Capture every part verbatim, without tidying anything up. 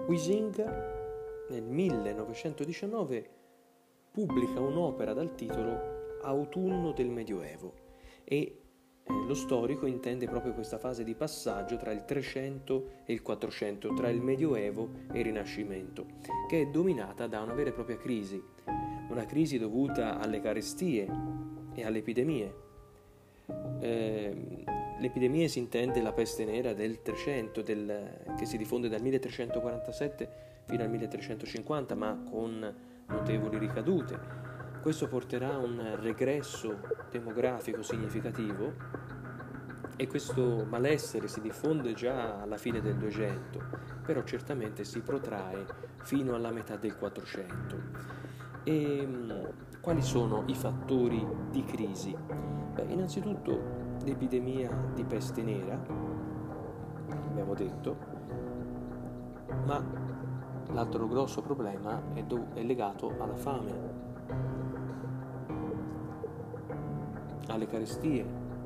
Huizinga nel millenovecentodiciannove pubblica un'opera dal titolo Autunno del Medioevo e eh, lo storico intende proprio questa fase di passaggio tra il trecento e il quattrocento, tra il Medioevo e il Rinascimento, che è dominata da una vera e propria crisi, una crisi dovuta alle carestie e alle epidemie. Eh, l'epidemia si intende la peste nera del trecento, del, che si diffonde dal milletrecentoquarantasette fino al milletrecentocinquanta, ma con notevoli ricadute. Questo porterà a un regresso demografico significativo e questo malessere si diffonde già alla fine del duecento, però certamente si protrae fino alla metà del quattrocento. E quali sono i fattori di crisi? Beh, innanzitutto l'epidemia di peste nera, abbiamo detto, ma l'altro grosso problema è, dov- è legato alla fame, alle carestie.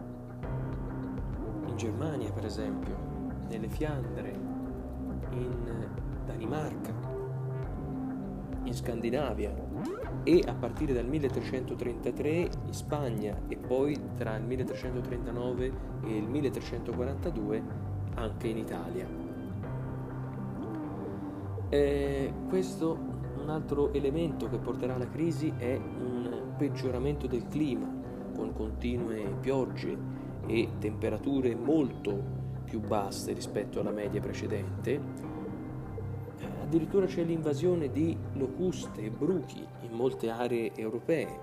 In Germania, per esempio, nelle Fiandre, in Danimarca, in Scandinavia e a partire dal milletrecentotrentatré in Spagna e poi tra il milletrecentotrentanove e il milletrecentoquarantadue anche in Italia. Eh, questo, un altro elemento che porterà alla crisi è un peggioramento del clima, con continue piogge e temperature molto più basse rispetto alla media precedente. Eh, addirittura c'è l'invasione di locuste e bruchi in molte aree europee.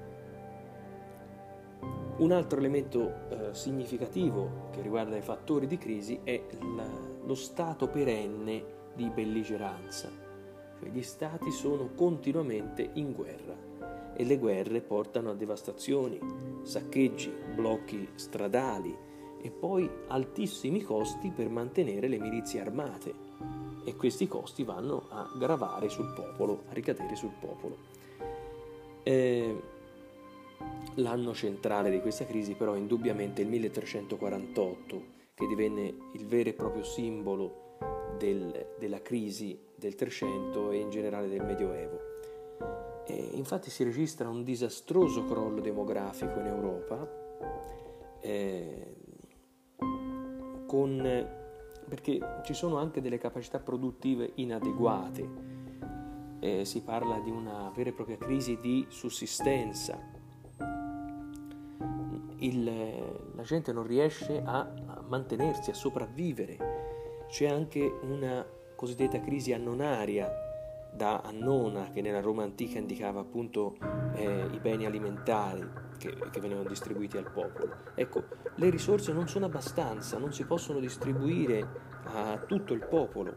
Un altro elemento eh, significativo che riguarda i fattori di crisi è la, lo stato perenne di belligeranza, cioè gli stati sono continuamente in guerra e le guerre portano a devastazioni, saccheggi, blocchi stradali e poi altissimi costi per mantenere le milizie armate, e questi costi vanno a gravare sul popolo, a ricadere sul popolo. Eh, l'anno centrale di questa crisi però è indubbiamente il milletrecentoquarantotto, che divenne il vero e proprio simbolo Del, della crisi del Trecento e in generale del Medioevo. E infatti si registra un disastroso crollo demografico in Europa, eh, con, perché ci sono anche delle capacità produttive inadeguate. Eh, si parla di una vera e propria crisi di sussistenza. Il, la gente non riesce a, a mantenersi, a sopravvivere. C'è anche una cosiddetta crisi annonaria, da annona, che nella Roma antica indicava appunto eh, i beni alimentari che, che venivano distribuiti al popolo. Ecco, le risorse non sono abbastanza, non si possono distribuire a tutto il popolo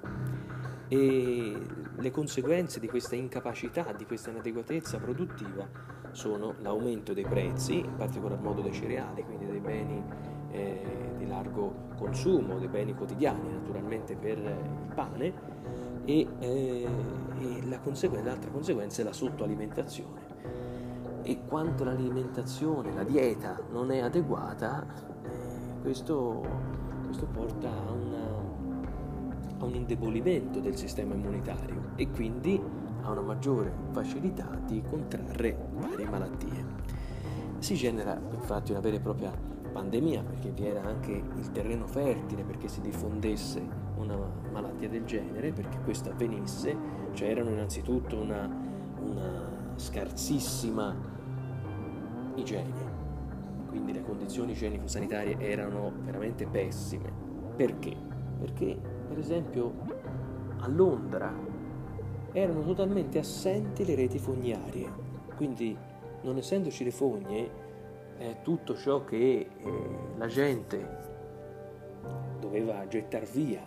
e le conseguenze di questa incapacità, di questa inadeguatezza produttiva sono l'aumento dei prezzi, in particolar modo dei cereali, quindi dei beni eh, di largo consumo, dei beni quotidiani, naturalmente per il pane, e, eh, e la conseguenza, l'altra conseguenza è la sottoalimentazione. E quanto l'alimentazione, la dieta non è adeguata, eh, questo, questo porta a, una, a un indebolimento del sistema immunitario e quindi a una maggiore facilità di contrarre varie malattie. Si genera infatti una vera e propria pandemia, perché vi era anche il terreno fertile perché si diffondesse una malattia del genere, perché questo avvenisse. C'erano innanzitutto una, una scarsissima igiene, quindi le condizioni igienico-sanitarie erano veramente pessime. Perché? Perché per esempio a Londra erano totalmente assenti le reti fognarie, quindi non essendoci le fogne, eh, tutto ciò che eh, la gente doveva gettar via,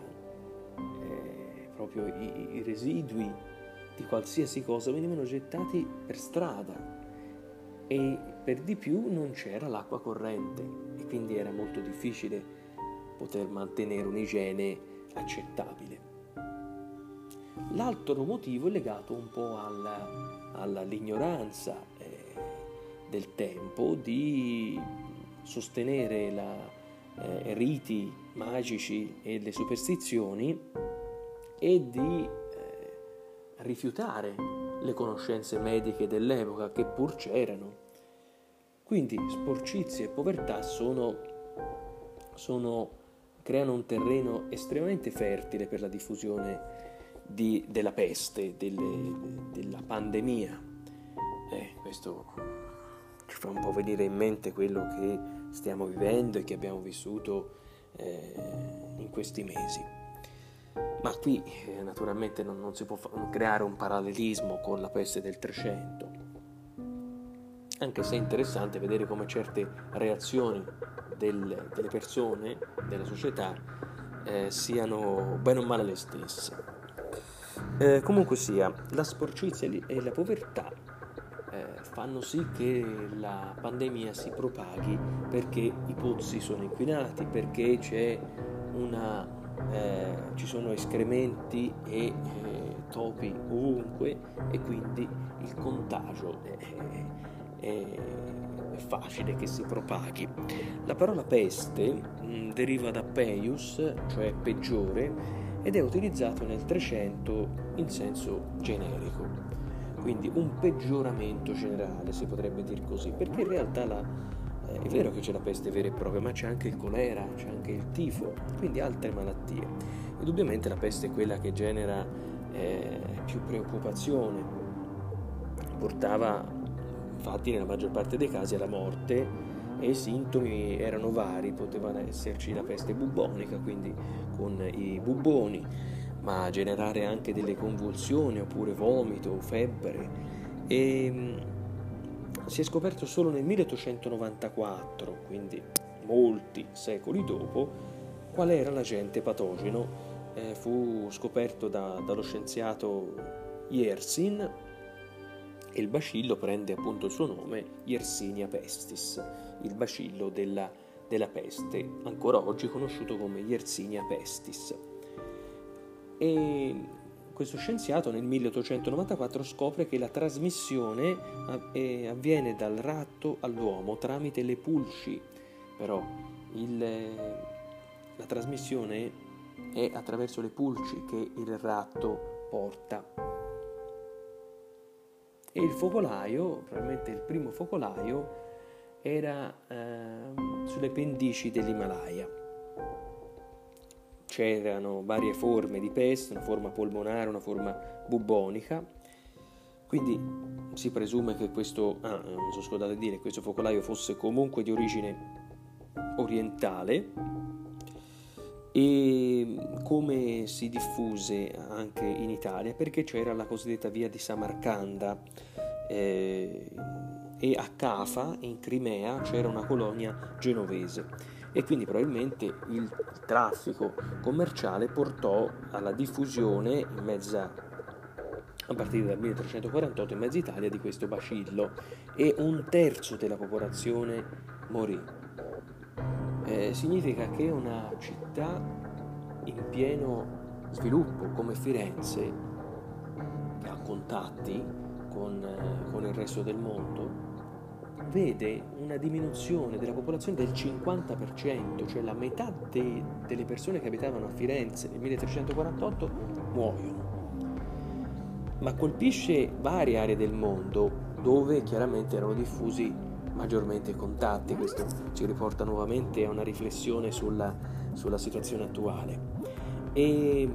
eh, proprio i, i residui di qualsiasi cosa venivano gettati per strada, e per di più non c'era l'acqua corrente e quindi era molto difficile poter mantenere un'igiene accettabile. L'altro motivo è legato un po' alla, alla, all'ignoranza eh, del tempo di sostenere la, eh, riti magici e le superstizioni e di rifiutare le conoscenze mediche dell'epoca, che pur c'erano. Quindi sporcizia e povertà sono, sono, creano un terreno estremamente fertile per la diffusione di, della peste, delle, della pandemia. Eh, questo ci fa un po' venire in mente quello che stiamo vivendo e che abbiamo vissuto eh, in questi mesi. Ma qui eh, naturalmente non, non si può fa- creare un parallelismo con la peste del Trecento, anche se è interessante vedere come certe reazioni del, delle persone, della società, eh, siano bene o male le stesse. Eh, comunque sia, la sporcizia e la povertà eh, fanno sì che la pandemia si propaghi, perché i pozzi sono inquinati, perché c'è una, eh, ci sono escrementi e eh, topi ovunque, e quindi il contagio è, è, è facile che si propaghi. La parola peste mh, deriva da peius, cioè peggiore, ed è utilizzato nel Trecento in senso generico, quindi un peggioramento generale, si potrebbe dire così, perché in realtà la, eh, è vero che c'è la peste vera e propria, ma c'è anche il colera, c'è anche il tifo, quindi altre malattie. Indubbiamente la peste è quella che genera eh, più preoccupazione, portava infatti nella maggior parte dei casi alla morte, e i sintomi erano vari, potevano esserci la peste bubbonica, quindi con i bubboni, ma generare anche delle convulsioni oppure vomito, febbre. E mh, si è scoperto solo nel milleottocentonovantaquattro, quindi molti secoli dopo, qual era l'agente patogeno. Eh, fu scoperto da, dallo scienziato Yersin, e il bacillo prende appunto il suo nome, Yersinia pestis, il bacillo della, della peste, ancora oggi conosciuto come Yersinia pestis. E questo scienziato nel milleottocentonovantaquattro scopre che la trasmissione avviene dal ratto all'uomo tramite le pulci, però il, la trasmissione è attraverso le pulci che il ratto porta. E il focolaio, probabilmente il primo focolaio, era eh, sulle pendici dell'Himalaya. C'erano varie forme di peste, una forma polmonare, una forma bubbonica, quindi si presume che questo, ah, non sono scordato di dire, questo focolaio fosse comunque di origine orientale. E come si diffuse anche in Italia? Perché c'era la cosiddetta via di Samarcanda, eh, e a Cafa, in Crimea, c'era una colonia genovese, e quindi probabilmente il traffico commerciale portò alla diffusione in mezza, a partire dal milletrecentoquarantotto in mezza Italia, di questo bacillo, e un terzo della popolazione morì. Eh, significa che una città in pieno sviluppo come Firenze, che ha contatti con, eh, con il resto del mondo, vede una diminuzione della popolazione del cinquanta per cento, cioè la metà de- delle persone che abitavano a Firenze nel milletrecentoquarantotto muoiono. Ma colpisce varie aree del mondo dove chiaramente erano diffusi maggiormente contatti. Questo ci riporta nuovamente a una riflessione sulla, sulla situazione attuale. E,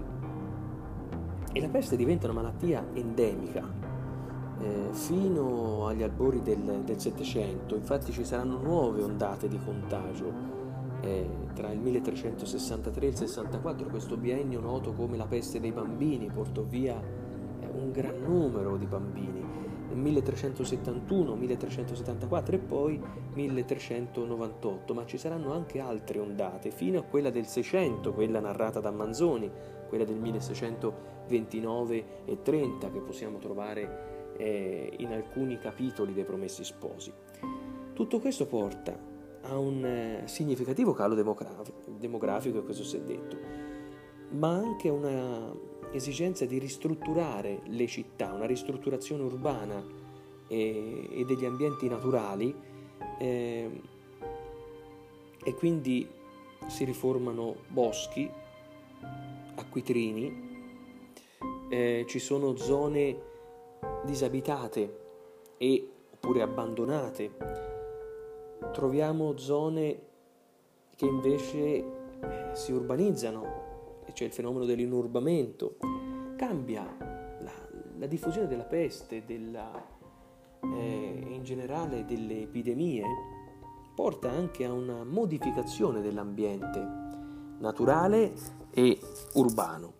e la peste diventa una malattia endemica eh, fino agli albori del, del Settecento. Infatti ci saranno nuove ondate di contagio eh, tra il milletrecentosessantatré e il sessantaquattro. Questo biennio noto come la peste dei bambini portò via eh, un gran numero di bambini. milletrecentosettantuno, milletrecentosettantaquattro e poi milletrecentonovantotto, ma ci saranno anche altre ondate, fino a quella del Seicento, quella narrata da Manzoni, quella del milleseicentoventinove e trenta, che possiamo trovare eh, in alcuni capitoli dei Promessi Sposi. Tutto questo porta a un eh, significativo calo demografico, demografico, e questo si è detto, ma anche una esigenza di ristrutturare le città, una ristrutturazione urbana e, e degli ambienti naturali, eh, e quindi si riformano boschi, acquitrini, eh, ci sono zone disabitate e oppure abbandonate, troviamo zone che invece eh, si urbanizzano, e c'è il fenomeno dell'inurbamento, cambia la, la diffusione della peste, della, eh, in generale delle epidemie, porta anche a una modificazione dell'ambiente naturale e urbano,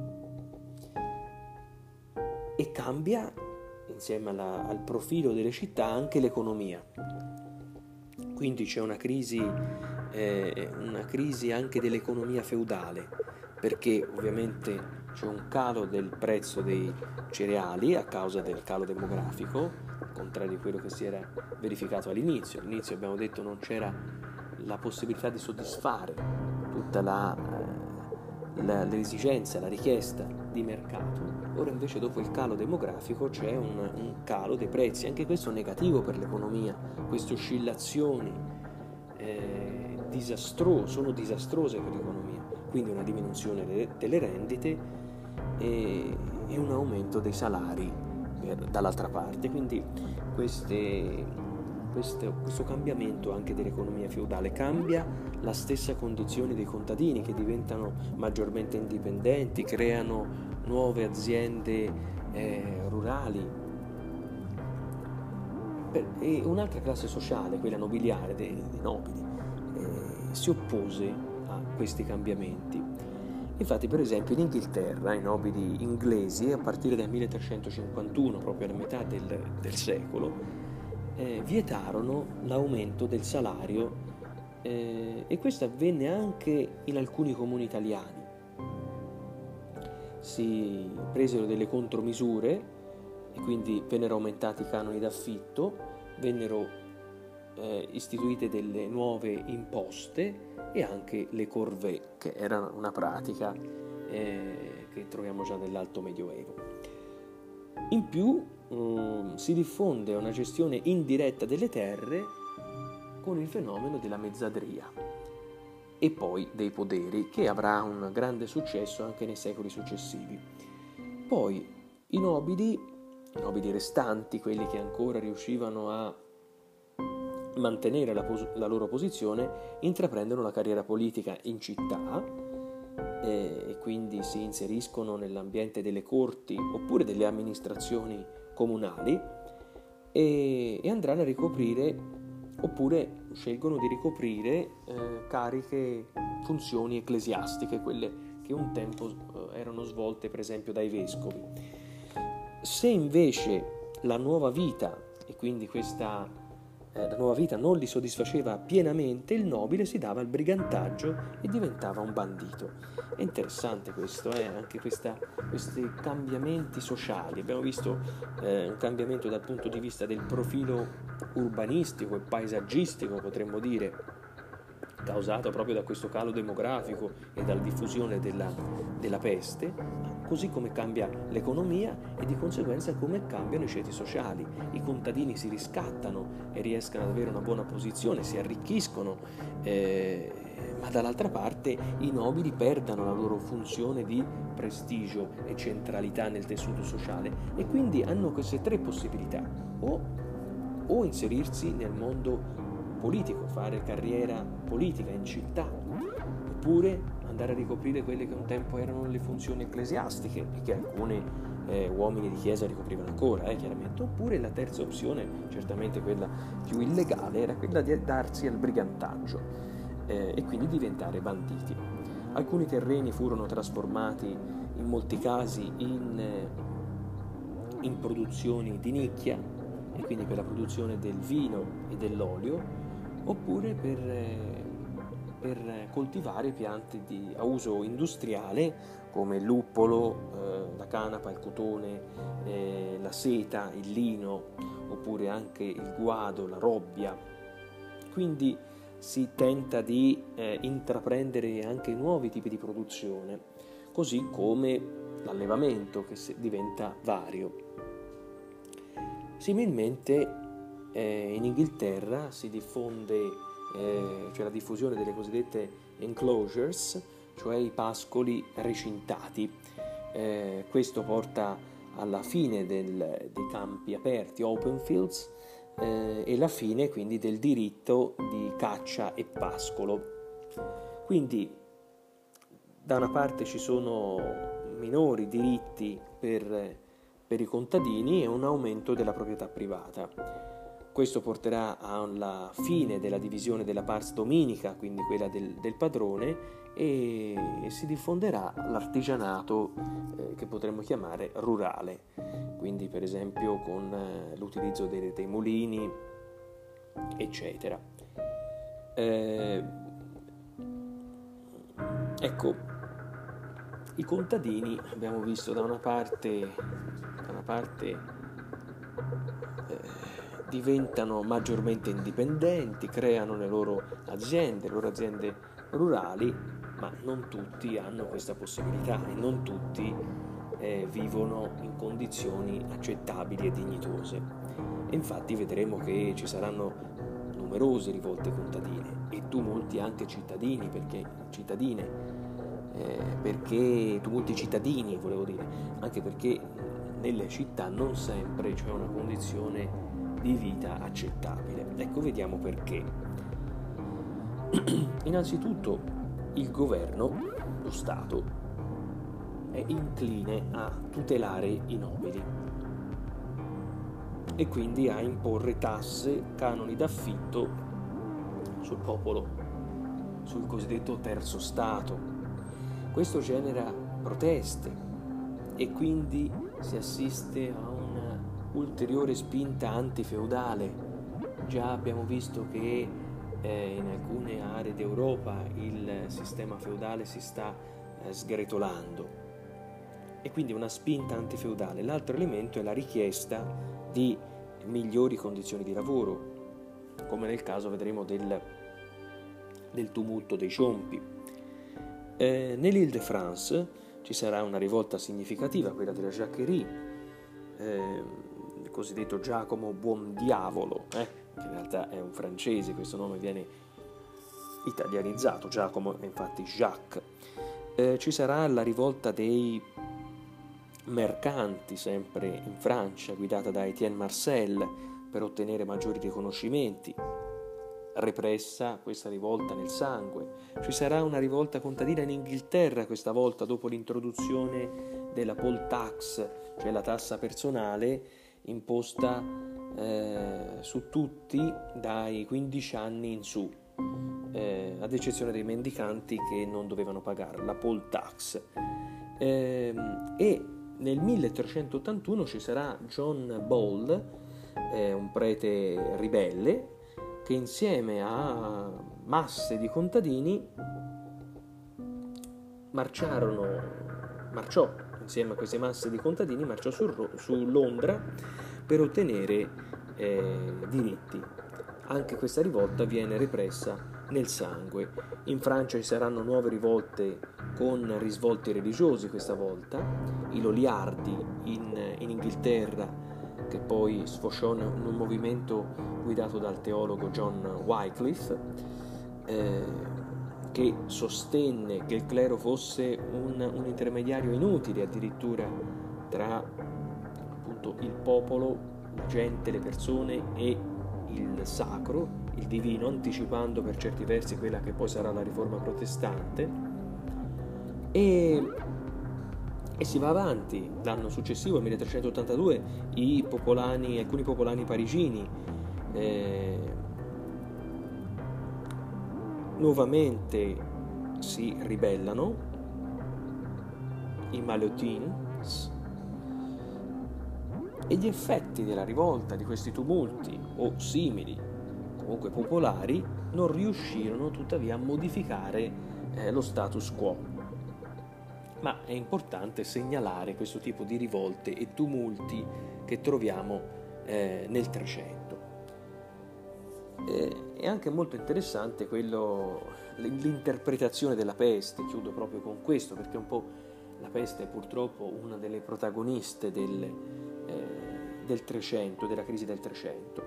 e cambia insieme alla, al profilo delle città anche l'economia. Quindi c'è una crisi, eh, una crisi anche dell'economia feudale, perché ovviamente c'è un calo del prezzo dei cereali a causa del calo demografico, al contrario di quello che si era verificato all'inizio. All'inizio abbiamo detto non c'era la possibilità di soddisfare tutta la, eh, la, l'esigenza, la richiesta di mercato. Ora invece dopo il calo demografico c'è un, un calo dei prezzi, anche questo è negativo per l'economia, queste oscillazioni eh, disastro, sono disastrose per l'economia, quindi una diminuzione de, delle rendite e, e un aumento dei salari per, dall'altra parte, quindi queste, queste, questo cambiamento anche dell'economia feudale cambia la stessa condizione dei contadini, che diventano maggiormente indipendenti, creano nuove aziende eh, rurali, per, e un'altra classe sociale, quella nobiliare dei, dei nobili, eh, si oppose a questi cambiamenti. Infatti, per esempio, in Inghilterra i nobili inglesi, a partire dal milletrecentocinquantuno, proprio alla metà del, del secolo, eh, vietarono l'aumento del salario, eh, e questo avvenne anche in alcuni comuni italiani. Si presero delle contromisure e quindi vennero aumentati i canoni d'affitto, vennero eh, istituite delle nuove imposte e anche le corvée, che era una pratica eh, che troviamo già nell'Alto Medioevo. In più eh, si diffonde una gestione indiretta delle terre con il fenomeno della mezzadria e poi dei poderi, che avrà un grande successo anche nei secoli successivi. Poi i nobili, i nobili restanti, quelli che ancora riuscivano a mantenere la, pos- la loro posizione, intraprendono la carriera politica in città eh, e quindi si inseriscono nell'ambiente delle corti oppure delle amministrazioni comunali e, e andranno a ricoprire, oppure scelgono di ricoprire eh, cariche, funzioni ecclesiastiche, quelle che un tempo eh, erano svolte per esempio dai vescovi. Se invece la nuova vita, e quindi questa eh, la nuova vita non li soddisfaceva pienamente, il nobile si dava al brigantaggio e diventava un bandito. È interessante questo, eh? Anche questa, questi cambiamenti sociali. Abbiamo visto eh, un cambiamento dal punto di vista del profilo urbanistico e paesaggistico, potremmo dire, causato proprio da questo calo demografico e dalla diffusione della, della peste, così come cambia l'economia e di conseguenza come cambiano i ceti sociali. I contadini si riscattano e riescono ad avere una buona posizione, si arricchiscono, eh, ma dall'altra parte i nobili perdono la loro funzione di prestigio e centralità nel tessuto sociale e quindi hanno queste tre possibilità: o, o inserirsi nel mondo politico, fare carriera politica in città, oppure andare a ricoprire quelle che un tempo erano le funzioni ecclesiastiche e che alcuni eh, uomini di chiesa ricoprivano ancora, eh, chiaramente. Oppure la terza opzione, certamente quella più illegale, era quella di darsi al brigantaggio eh, e quindi diventare banditi. Alcuni terreni furono trasformati in molti casi in, eh, in produzioni di nicchia, e quindi per la produzione del vino e dell'olio, oppure per, eh, per coltivare piante di, a uso industriale come il luppolo, eh, la canapa, il cotone, eh, la seta, il lino, oppure anche il guado, la robbia. Quindi si tenta di eh, intraprendere anche nuovi tipi di produzione, così come l'allevamento, che diventa vario. Similmente eh, in Inghilterra si diffonde, eh, cioè la diffusione delle cosiddette enclosures, cioè i pascoli recintati, Eh, questo porta alla fine del, dei campi aperti, open fields, eh, e la fine quindi del diritto di caccia e pascolo. Quindi da una parte ci sono minori diritti per, per i contadini e un aumento della proprietà privata. Questo porterà alla fine della divisione della pars dominica, quindi quella del, del padrone, e, e si diffonderà l'artigianato eh, che potremmo chiamare rurale, quindi per esempio con eh, l'utilizzo dei, dei mulini, eccetera. Eh, ecco, i contadini abbiamo visto da una parte, da una parte eh, diventano maggiormente indipendenti, creano le loro aziende, le loro aziende rurali, ma non tutti hanno questa possibilità e non tutti eh, vivono in condizioni accettabili e dignitose. E infatti vedremo che ci saranno numerose rivolte contadine e tumulti anche cittadini, perché cittadine, eh, perché tumulti cittadini volevo dire, anche perché nelle città non sempre c'è una condizione di vita accettabile. Ecco, vediamo perché. Innanzitutto il governo, lo Stato, è incline a tutelare i nobili e quindi a imporre tasse, canoni d'affitto sul popolo, sul cosiddetto terzo Stato. Questo genera proteste e quindi si assiste a una ulteriore spinta antifeudale. Già abbiamo visto che eh, in alcune aree d'Europa il sistema feudale si sta eh, sgretolando e quindi una spinta antifeudale. L'altro elemento è la richiesta di migliori condizioni di lavoro, come nel caso vedremo del, del tumulto dei ciompi. Eh, Nell'Île-de-France ci sarà una rivolta significativa, quella della Jacquerie, eh, il cosiddetto Giacomo Buondiavolo, eh, che in realtà è un francese, questo nome viene italianizzato, Giacomo è infatti Jacques. Eh, ci sarà la rivolta dei mercanti, sempre in Francia, guidata da Etienne Marcel, per ottenere maggiori riconoscimenti. Repressa questa rivolta nel sangue. Ci sarà una rivolta contadina in Inghilterra, questa volta dopo l'introduzione della poll tax, cioè la tassa personale imposta eh, su tutti dai quindici anni in su, eh, ad eccezione dei mendicanti che non dovevano pagare la poll tax. Eh, e nel milletrecentottantuno ci sarà John Ball, eh, un prete ribelle, che insieme a masse di contadini marciarono, marciò insieme a queste masse di contadini, marciò su, su Londra per ottenere eh, diritti. Anche questa rivolta viene repressa nel sangue. In Francia ci saranno nuove rivolte con risvolti religiosi questa volta, i Loliardi in, in Inghilterra, che poi sfociò in un movimento guidato dal teologo John Wycliffe, eh, che sostenne che il clero fosse un, un intermediario inutile addirittura tra appunto il popolo, la gente, le persone e il sacro, il divino, anticipando per certi versi quella che poi sarà la riforma protestante. E E si va avanti. L'anno successivo, milletrecentottantadue, i popolani, alcuni popolani parigini eh, nuovamente si ribellano, i Maillotins, e gli effetti della rivolta, di questi tumulti o simili, comunque popolari, non riuscirono tuttavia a modificare eh, lo status quo. Ma è importante segnalare questo tipo di rivolte e tumulti che troviamo eh, nel Trecento. Eh, è anche molto interessante quello, l'interpretazione della peste. Chiudo proprio con questo, perché un po' la peste è purtroppo una delle protagoniste del, eh, del Trecento, della crisi del Trecento.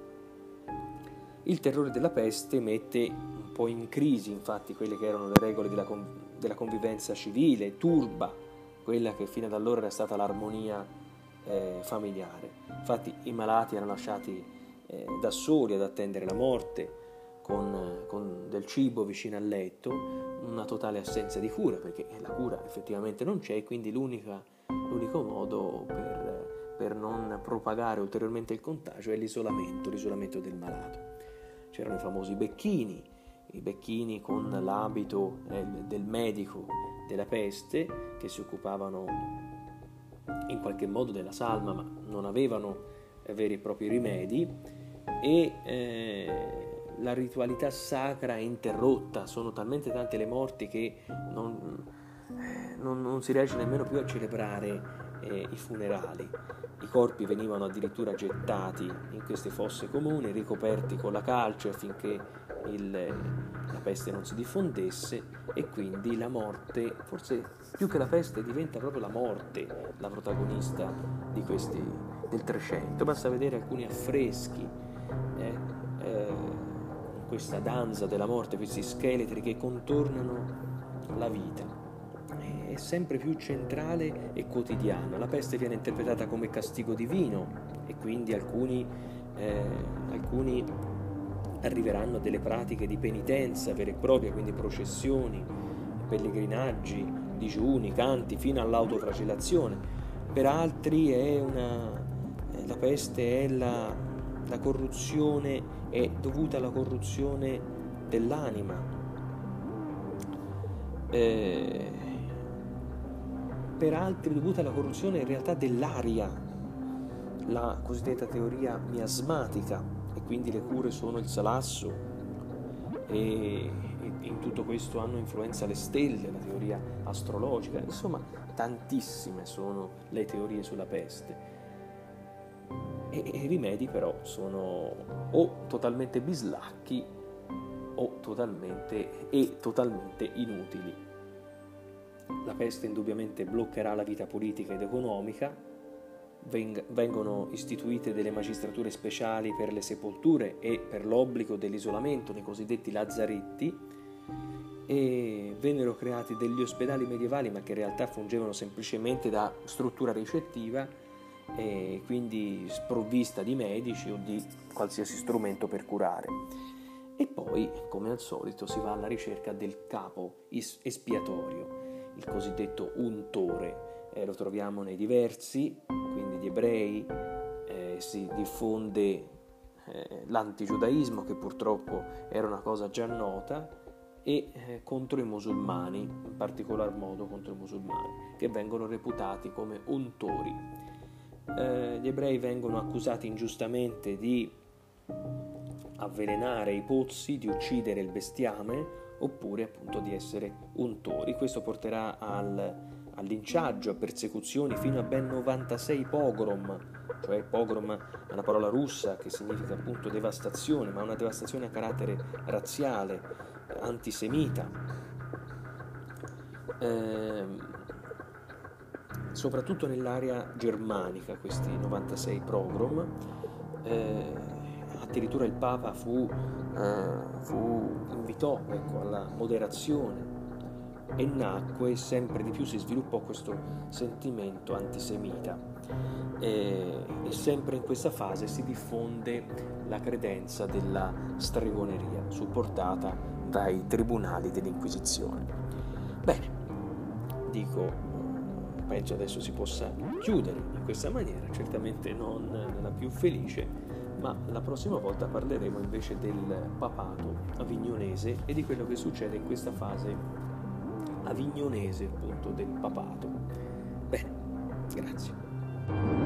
Il terrore della peste mette un po' in crisi, infatti, quelle che erano le regole della convivenza della convivenza civile, turba quella che fino ad allora era stata l'armonia eh, familiare. Infatti i malati erano lasciati eh, da soli ad attendere la morte, con, con del cibo vicino al letto, una totale assenza di cura, perché la cura effettivamente non c'è, e quindi l'unica, l'unico modo per, per non propagare ulteriormente il contagio è l'isolamento, l'isolamento del malato. C'erano i famosi becchini, i becchini con l'abito eh, del medico della peste, che si occupavano in qualche modo della salma, ma non avevano eh, veri e propri rimedi, e eh, la ritualità sacra è interrotta. Sono talmente tante le morti che non, eh, non, non si riesce nemmeno più a celebrare eh, i funerali. I corpi venivano addirittura gettati in queste fosse comuni, ricoperti con la calce affinché il, la peste non si diffondesse, e quindi la morte, forse più che la peste, diventa proprio la morte la protagonista di questi, del Trecento. Basta vedere alcuni affreschi eh, eh, questa danza della morte, questi scheletri che contornano la vita, è sempre più centrale e quotidiana. La peste viene interpretata come castigo divino, e quindi alcuni, eh, alcuni arriveranno a delle pratiche di penitenza vera e propria, quindi processioni, pellegrinaggi, digiuni, canti, fino all'autoflagellazione. Per altri è una, la peste è la, la corruzione, è dovuta alla corruzione dell'anima. Eh, per altri dovuta alla corruzione in realtà dell'aria, la cosiddetta teoria miasmatica, e quindi le cure sono il salasso, e, e in tutto questo hanno influenza le stelle, la teoria astrologica. Insomma, tantissime sono le teorie sulla peste. E i rimedi però sono o totalmente bislacchi o totalmente e totalmente inutili. La peste indubbiamente bloccherà la vita politica ed economica, Veng- vengono istituite delle magistrature speciali per le sepolture e per l'obbligo dell'isolamento, nei cosiddetti lazzaretti, e vennero creati degli ospedali medievali, ma che in realtà fungevano semplicemente da struttura ricettiva, e quindi sprovvista di medici o di qualsiasi strumento per curare. E poi, come al solito, si va alla ricerca del capo espiatorio, il cosiddetto untore. Eh, lo troviamo nei diversi, quindi gli ebrei, eh, si diffonde eh, l'antigiudaismo, che purtroppo era una cosa già nota, e eh, contro i musulmani, in particolar modo contro i musulmani, che vengono reputati come untori. Eh, gli ebrei vengono accusati ingiustamente di avvelenare i pozzi, di uccidere il bestiame, oppure appunto di essere untori. Questo porterà al, al linciaggio, a persecuzioni, fino a ben novantasei pogrom, cioè pogrom è una parola russa che significa appunto devastazione, ma una devastazione a carattere razziale, antisemita. Eh, soprattutto nell'area germanica, questi novantasei pogrom. Eh, addirittura il Papa fu, eh, fu invitò ecco, alla moderazione, e nacque, sempre di più si sviluppò questo sentimento antisemita, e, e sempre in questa fase si diffonde la credenza della stregoneria, supportata dai tribunali dell'Inquisizione. Bene, dico, penso adesso si possa chiudere in questa maniera, certamente non la più felice, ma la prossima volta parleremo invece del papato avignonese e di quello che succede in questa fase avignonese appunto del papato. Bene, grazie.